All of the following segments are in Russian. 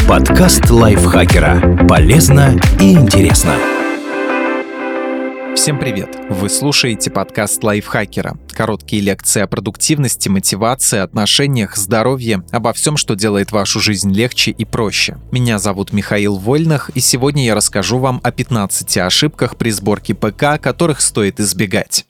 Подкаст лайфхакера. Полезно и интересно. Всем привет! Вы слушаете подкаст лайфхакера. Короткие лекции о продуктивности, мотивации, отношениях, здоровье, обо всем, что делает вашу жизнь легче и проще. Меня зовут Михаил Вольных, и сегодня я расскажу вам о 15 ошибках при сборке ПК, которых стоит избегать.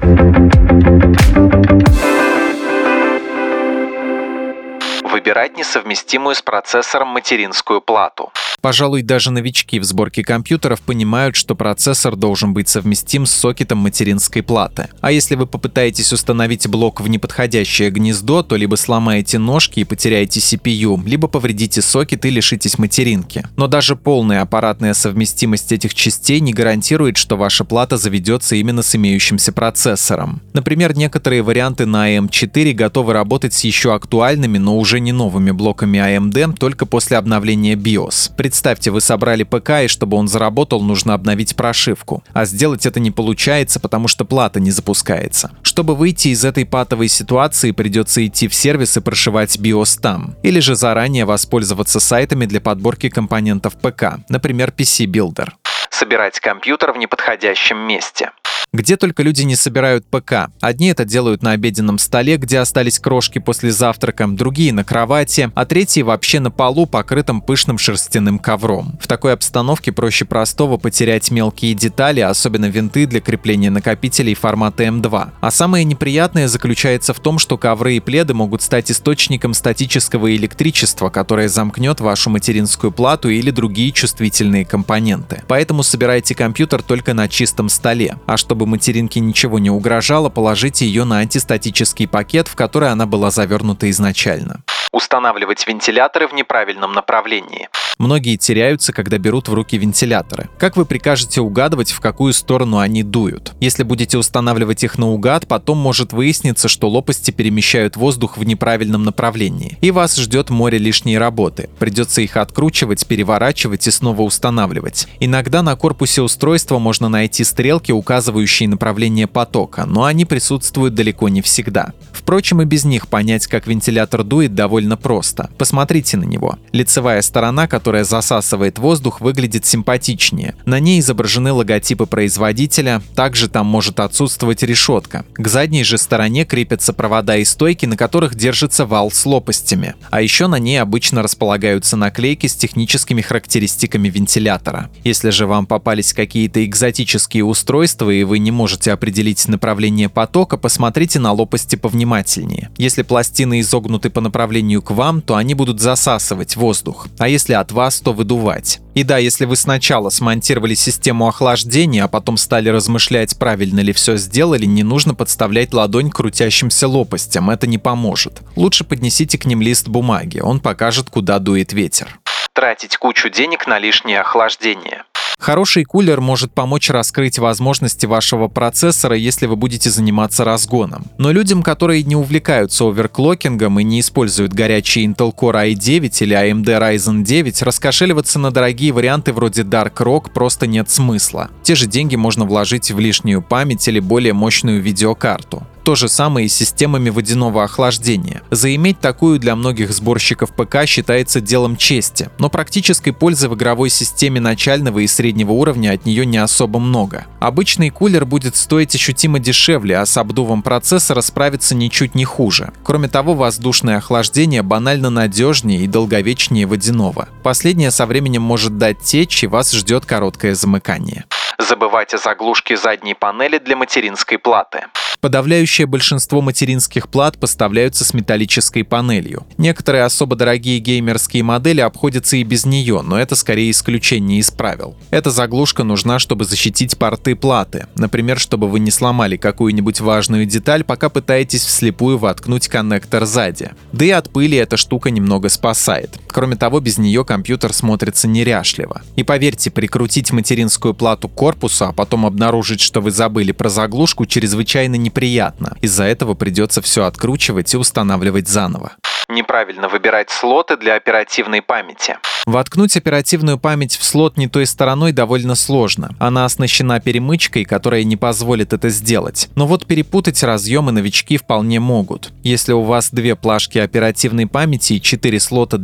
Выбирать несовместимую с процессором материнскую плату. Пожалуй, даже новички в сборке компьютеров понимают, что процессор должен быть совместим с сокетом материнской платы. А если вы попытаетесь установить блок в неподходящее гнездо, то либо сломаете ножки и потеряете CPU, либо повредите сокет и лишитесь материнки. Но даже полная аппаратная совместимость этих частей не гарантирует, что ваша плата заведется именно с имеющимся процессором. Например, некоторые варианты на AM4 готовы работать с еще актуальными, но уже не новыми блоками AMD только после обновления BIOS. Представьте, вы собрали ПК, и чтобы он заработал, нужно обновить прошивку. А сделать это не получается, потому что плата не запускается. Чтобы выйти из этой патовой ситуации, придется идти в сервис и прошивать BIOS там. Или же заранее воспользоваться сайтами для подборки компонентов ПК, например, PC Builder. Собирать компьютер в неподходящем месте. Где только люди не собирают ПК. Одни это делают на обеденном столе, где остались крошки после завтрака, другие на кровати, а третьи вообще на полу, покрытым пышным шерстяным ковром. В такой обстановке проще простого потерять мелкие детали, особенно винты для крепления накопителей формата M2. А самое неприятное заключается в том, что ковры и пледы могут стать источником статического электричества, которое замкнет вашу материнскую плату или другие чувствительные компоненты. Поэтому собирайте компьютер только на чистом столе. А чтобы материнке ничего не угрожало, положите ее на антистатический пакет, в который она была завернута изначально. Устанавливать вентиляторы в неправильном направлении. Многие теряются, когда берут в руки вентиляторы. Как вы прикажете угадывать, в какую сторону они дуют? Если будете устанавливать их наугад, потом может выясниться, что лопасти перемещают воздух в неправильном направлении. И вас ждет море лишней работы. Придется их откручивать, переворачивать и снова устанавливать. Иногда на корпусе устройства можно найти стрелки, указывающие направление потока, но они присутствуют далеко не всегда. Впрочем, и без них понять, как вентилятор дует, довольно просто. Посмотрите на него. Лицевая сторона, которая засасывает воздух, выглядит симпатичнее. На ней изображены логотипы производителя, также там может отсутствовать решетка. К задней же стороне крепятся провода и стойки, на которых держится вал с лопастями. А еще на ней обычно располагаются наклейки с техническими характеристиками вентилятора. Если же вам попались какие-то экзотические устройства и вы не можете определить направление потока, посмотрите на лопасти повнимательнее. Если пластины изогнуты по направлению к вам, то они будут засасывать воздух. А если от вас, то выдувать. И да, если вы сначала смонтировали систему охлаждения, а потом стали размышлять, правильно ли все сделали, не нужно подставлять ладонь к крутящимся лопастям, это не поможет. Лучше поднесите к ним лист бумаги, он покажет, куда дует ветер. Тратить кучу денег на лишнее охлаждение. Хороший кулер может помочь раскрыть возможности вашего процессора, если вы будете заниматься разгоном. Но людям, которые не увлекаются оверклокингом и не используют горячий Intel Core i9 или AMD Ryzen 9, раскошеливаться на дорогие варианты вроде Dark Rock просто нет смысла. Те же деньги можно вложить в лишнюю память или более мощную видеокарту. То же самое и с системами водяного охлаждения. Заиметь такую для многих сборщиков ПК считается делом чести, но практической пользы в игровой системе начального и среднего уровня от нее не особо много. Обычный кулер будет стоить ощутимо дешевле, а с обдувом процессора справится ничуть не хуже. Кроме того, воздушное охлаждение банально надежнее и долговечнее водяного. Последнее со временем может дать течь, и вас ждет короткое замыкание. Забывать о заглушке задней панели для материнской платы. Подавляющее большинство материнских плат поставляются с металлической панелью. Некоторые особо дорогие геймерские модели обходятся и без нее, но это скорее исключение из правил. Эта заглушка нужна, чтобы защитить порты платы. Например, чтобы вы не сломали какую-нибудь важную деталь, пока пытаетесь вслепую воткнуть коннектор сзади. Да и от пыли эта штука немного спасает. Кроме того, без нее компьютер смотрится неряшливо. И поверьте, прикрутить материнскую плату к корпусу, а потом обнаружить, что вы забыли про заглушку, чрезвычайно неприятно. Из-за этого придется все откручивать и устанавливать заново. Неправильно выбирать слоты для оперативной памяти. Воткнуть оперативную память в слот не той стороной довольно сложно. Она оснащена перемычкой, которая не позволит это сделать. Но вот перепутать разъемы новички вполне могут. Если у вас 2 плашки оперативной памяти и 4 слота для них,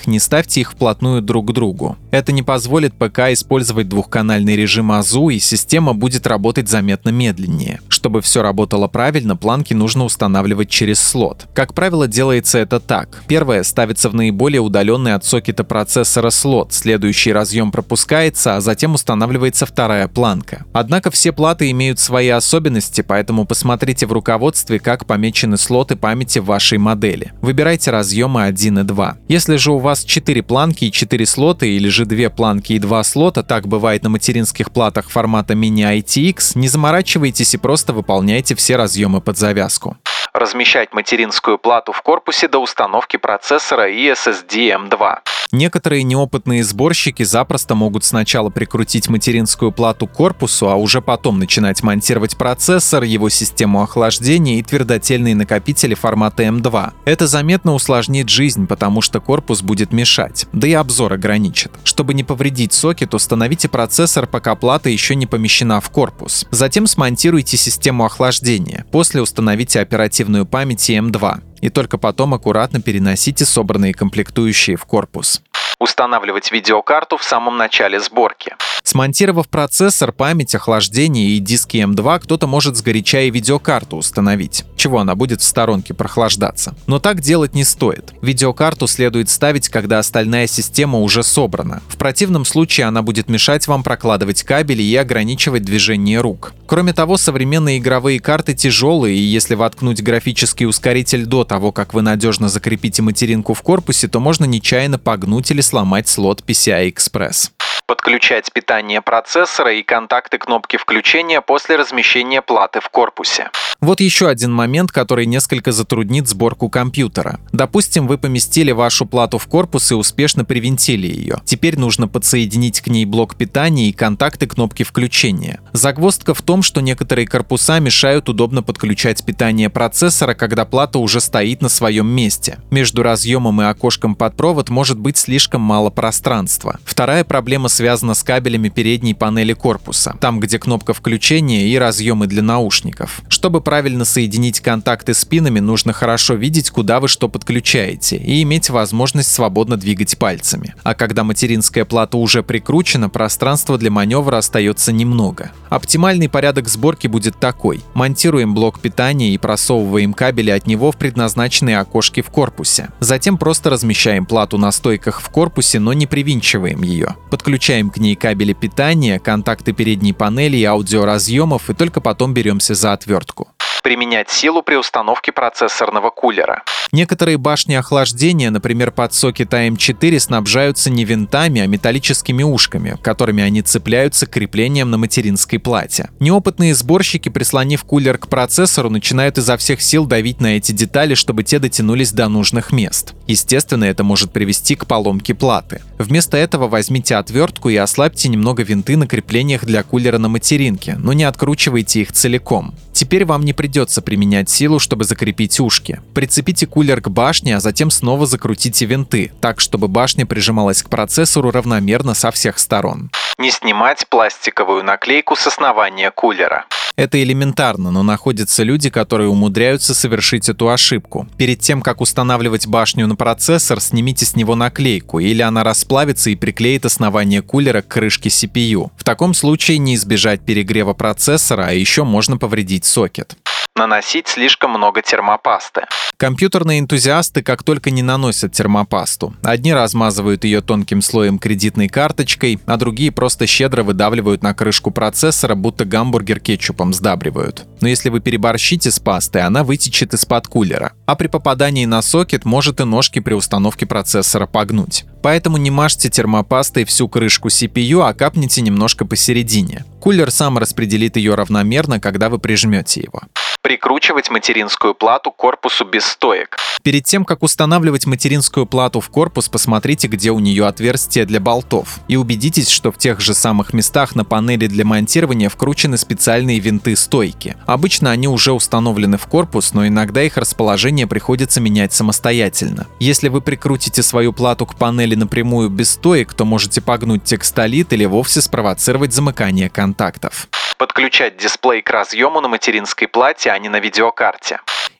них, не ставьте их вплотную друг к другу. Это не позволит ПК использовать двухканальный режим АЗУ, и система будет работать заметно медленнее. Чтобы все работало правильно, планки нужно устанавливать через слот. Как правило, делается это так. Первое ставится в наиболее удаленный от сокета процессора слот, следующий разъем пропускается, а затем устанавливается вторая планка. Однако все платы имеют свои особенности, поэтому посмотрите в руководстве, как помечены слоты памяти в вашей модели. Выбирайте разъемы 1 и 2. Если же у вас 4 планки и 4 слота, или же 2 планки и 2 слота, так бывает на материнских платах формата Mini ITX, не заморачивайтесь и просто выполняйте все разъемы под завязку. Размещать материнскую плату в корпусе до установки процессора и SSD M2. Некоторые неопытные сборщики запросто могут сначала прикрутить материнскую плату к корпусу, а уже потом начинать монтировать процессор, его систему охлаждения и твердотельные накопители формата M2. Это заметно усложнит жизнь, потому что корпус будет мешать, да и обзор ограничит. Чтобы не повредить сокет, установите процессор, пока плата еще не помещена в корпус. Затем смонтируйте систему охлаждения. После установите оперативную память и M2. И только потом аккуратно переносите собранные комплектующие в корпус. Устанавливать видеокарту в самом начале сборки. Смонтировав процессор, память, охлаждение и диски M2, кто-то может сгоряча и видеокарту установить, чего она будет в сторонке прохлаждаться. Но так делать не стоит. Видеокарту следует ставить, когда остальная система уже собрана. В противном случае она будет мешать вам прокладывать кабели и ограничивать движение рук. Кроме того, современные игровые карты тяжелые, и если воткнуть графический ускоритель до того, как вы надежно закрепите материнку в корпусе, то можно нечаянно погнуть или сломать слот PCI-Express. Подключать питание процессора и контакты кнопки включения после размещения платы в корпусе. Вот еще один момент, который несколько затруднит сборку компьютера. Допустим, вы поместили вашу плату в корпус и успешно привинтили ее. Теперь нужно подсоединить к ней блок питания и контакты кнопки включения. Загвоздка в том, что некоторые корпуса мешают удобно подключать питание процессора, когда плата уже стоит на своем месте. Между разъемом и окошком под провод может быть слишком мало пространства. Вторая проблема связана с кабелями передней панели корпуса, там, где кнопка включения и разъемы для наушников. Чтобы правильно соединить контакты с пинами, нужно хорошо видеть, куда вы что подключаете, и иметь возможность свободно двигать пальцами. А когда материнская плата уже прикручена, пространства для маневра остается немного. Оптимальный порядок сборки будет такой. Монтируем блок питания и просовываем кабели от него в предназначенные окошки в корпусе. Затем просто размещаем плату на стойках в корпусе, но не привинчиваем ее. Подключаем к ней кабели питания, контакты передней панели и аудиоразъемов, и только потом беремся за отвертку. Применять силу при установке процессорного кулера. Некоторые башни охлаждения, например, под сокет AM4, снабжаются не винтами, а металлическими ушками, которыми они цепляются к креплениям на материнской плате. Неопытные сборщики, прислонив кулер к процессору, начинают изо всех сил давить на эти детали, чтобы те дотянулись до нужных мест. Естественно, это может привести к поломке платы. Вместо этого возьмите отвертку и ослабьте немного винты на креплениях для кулера на материнке, но не откручивайте их целиком. Теперь вам не придется применять силу, чтобы закрепить ушки. Прицепите кулер к башне, а затем снова закрутите винты, так, чтобы башня прижималась к процессору равномерно со всех сторон. Не снимать пластиковую наклейку с основания кулера. Это элементарно, но находятся люди, которые умудряются совершить эту ошибку. Перед тем, как устанавливать башню на процессор, снимите с него наклейку, или она расплавится и приклеит основание кулера к крышке CPU. В таком случае не избежать перегрева процессора, а еще можно повредить сокет. Наносить слишком много термопасты. Компьютерные энтузиасты как только не наносят термопасту. Одни размазывают ее тонким слоем кредитной карточкой, а другие просто щедро выдавливают на крышку процессора, будто гамбургер кетчупом сдабривают. Но если вы переборщите с пастой, она вытечет из-под кулера. А при попадании на сокет может и ножки при установке процессора погнуть. Поэтому не мажьте термопастой всю крышку CPU, а капните немножко посередине. Кулер сам распределит ее равномерно, когда вы прижмете его. Прикручивать материнскую плату к корпусу без стоек. Перед тем, как устанавливать материнскую плату в корпус, посмотрите, где у нее отверстия для болтов. И убедитесь, что в тех же самых местах на панели для монтирования вкручены специальные винты-стойки. Обычно они уже установлены в корпус, но иногда их расположение приходится менять самостоятельно. Если вы прикрутите свою плату к панели напрямую без стоек, то можете погнуть текстолит или вовсе спровоцировать замыкание контактов. Подключать дисплей к разъему на материнской плате, а не на видеокарте.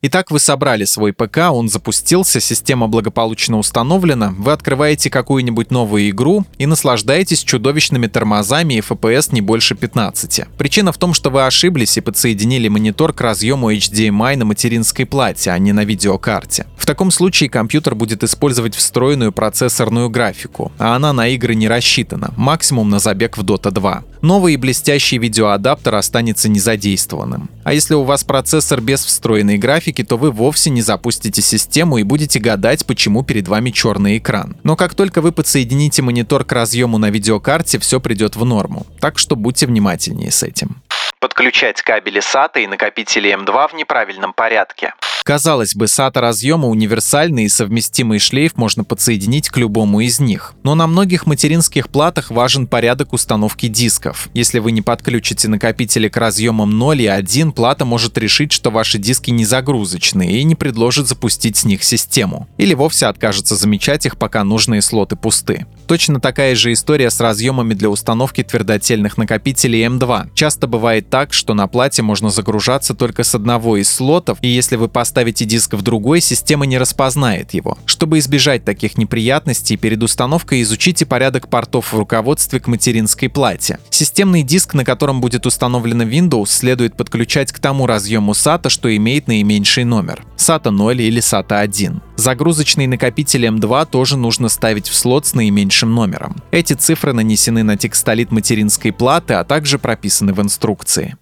Итак, вы собрали свой ПК, он запустился, система благополучно установлена, вы открываете какую-нибудь новую игру и наслаждаетесь чудовищными тормозами и FPS не больше 15. Причина в том, что вы ошиблись и подсоединили монитор к разъему HDMI на материнской плате, а не на видеокарте. В таком случае компьютер будет использовать встроенную процессорную графику, а она на игры не рассчитана, максимум на забег в Dota 2. Новый и блестящий видеоадаптер останется незадействованным. А если у вас процессор без встроенной графики, то вы вовсе не запустите систему и будете гадать, почему перед вами черный экран. Но как только вы подсоедините монитор к разъему на видеокарте, все придет в норму. Так что будьте внимательнее с этим. Подключать кабели SATA и накопители M2 в неправильном порядке. Казалось бы, SATA-разъемы универсальный и совместимый шлейф можно подсоединить к любому из них. Но на многих материнских платах важен порядок установки дисков. Если вы не подключите накопители к разъемам 0 и 1, плата может решить, что ваши диски не загрузочные и не предложит запустить с них систему. Или вовсе откажется замечать их, пока нужные слоты пусты. Точно такая же история с разъемами для установки твердотельных накопителей M2. Часто бывает так, что на плате можно загружаться только с одного из слотов, и если вы поставите диск в другой, система не распознает его. Чтобы избежать таких неприятностей, перед установкой изучите порядок портов в руководстве к материнской плате. Системный диск, на котором будет установлена Windows, следует подключать к тому разъему SATA, что имеет наименьший номер — SATA 0 или SATA 1. Загрузочный накопитель M2 тоже нужно ставить в слот с наименьшим номером. Эти цифры нанесены на текстолит материнской платы, а также прописаны в инструкции.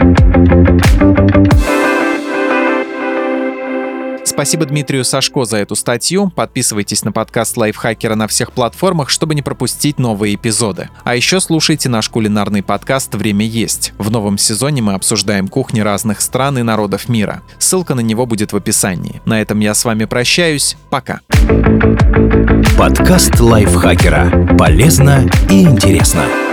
Спасибо Дмитрию Сашко за эту статью. Подписывайтесь на подкаст Лайфхакера на всех платформах, чтобы не пропустить новые эпизоды. А еще слушайте наш кулинарный подкаст «Время есть». В новом сезоне мы обсуждаем кухни разных стран и народов мира. Ссылка на него будет в описании. На этом я с вами прощаюсь. Пока. Подкаст Лайфхакера. Полезно и интересно.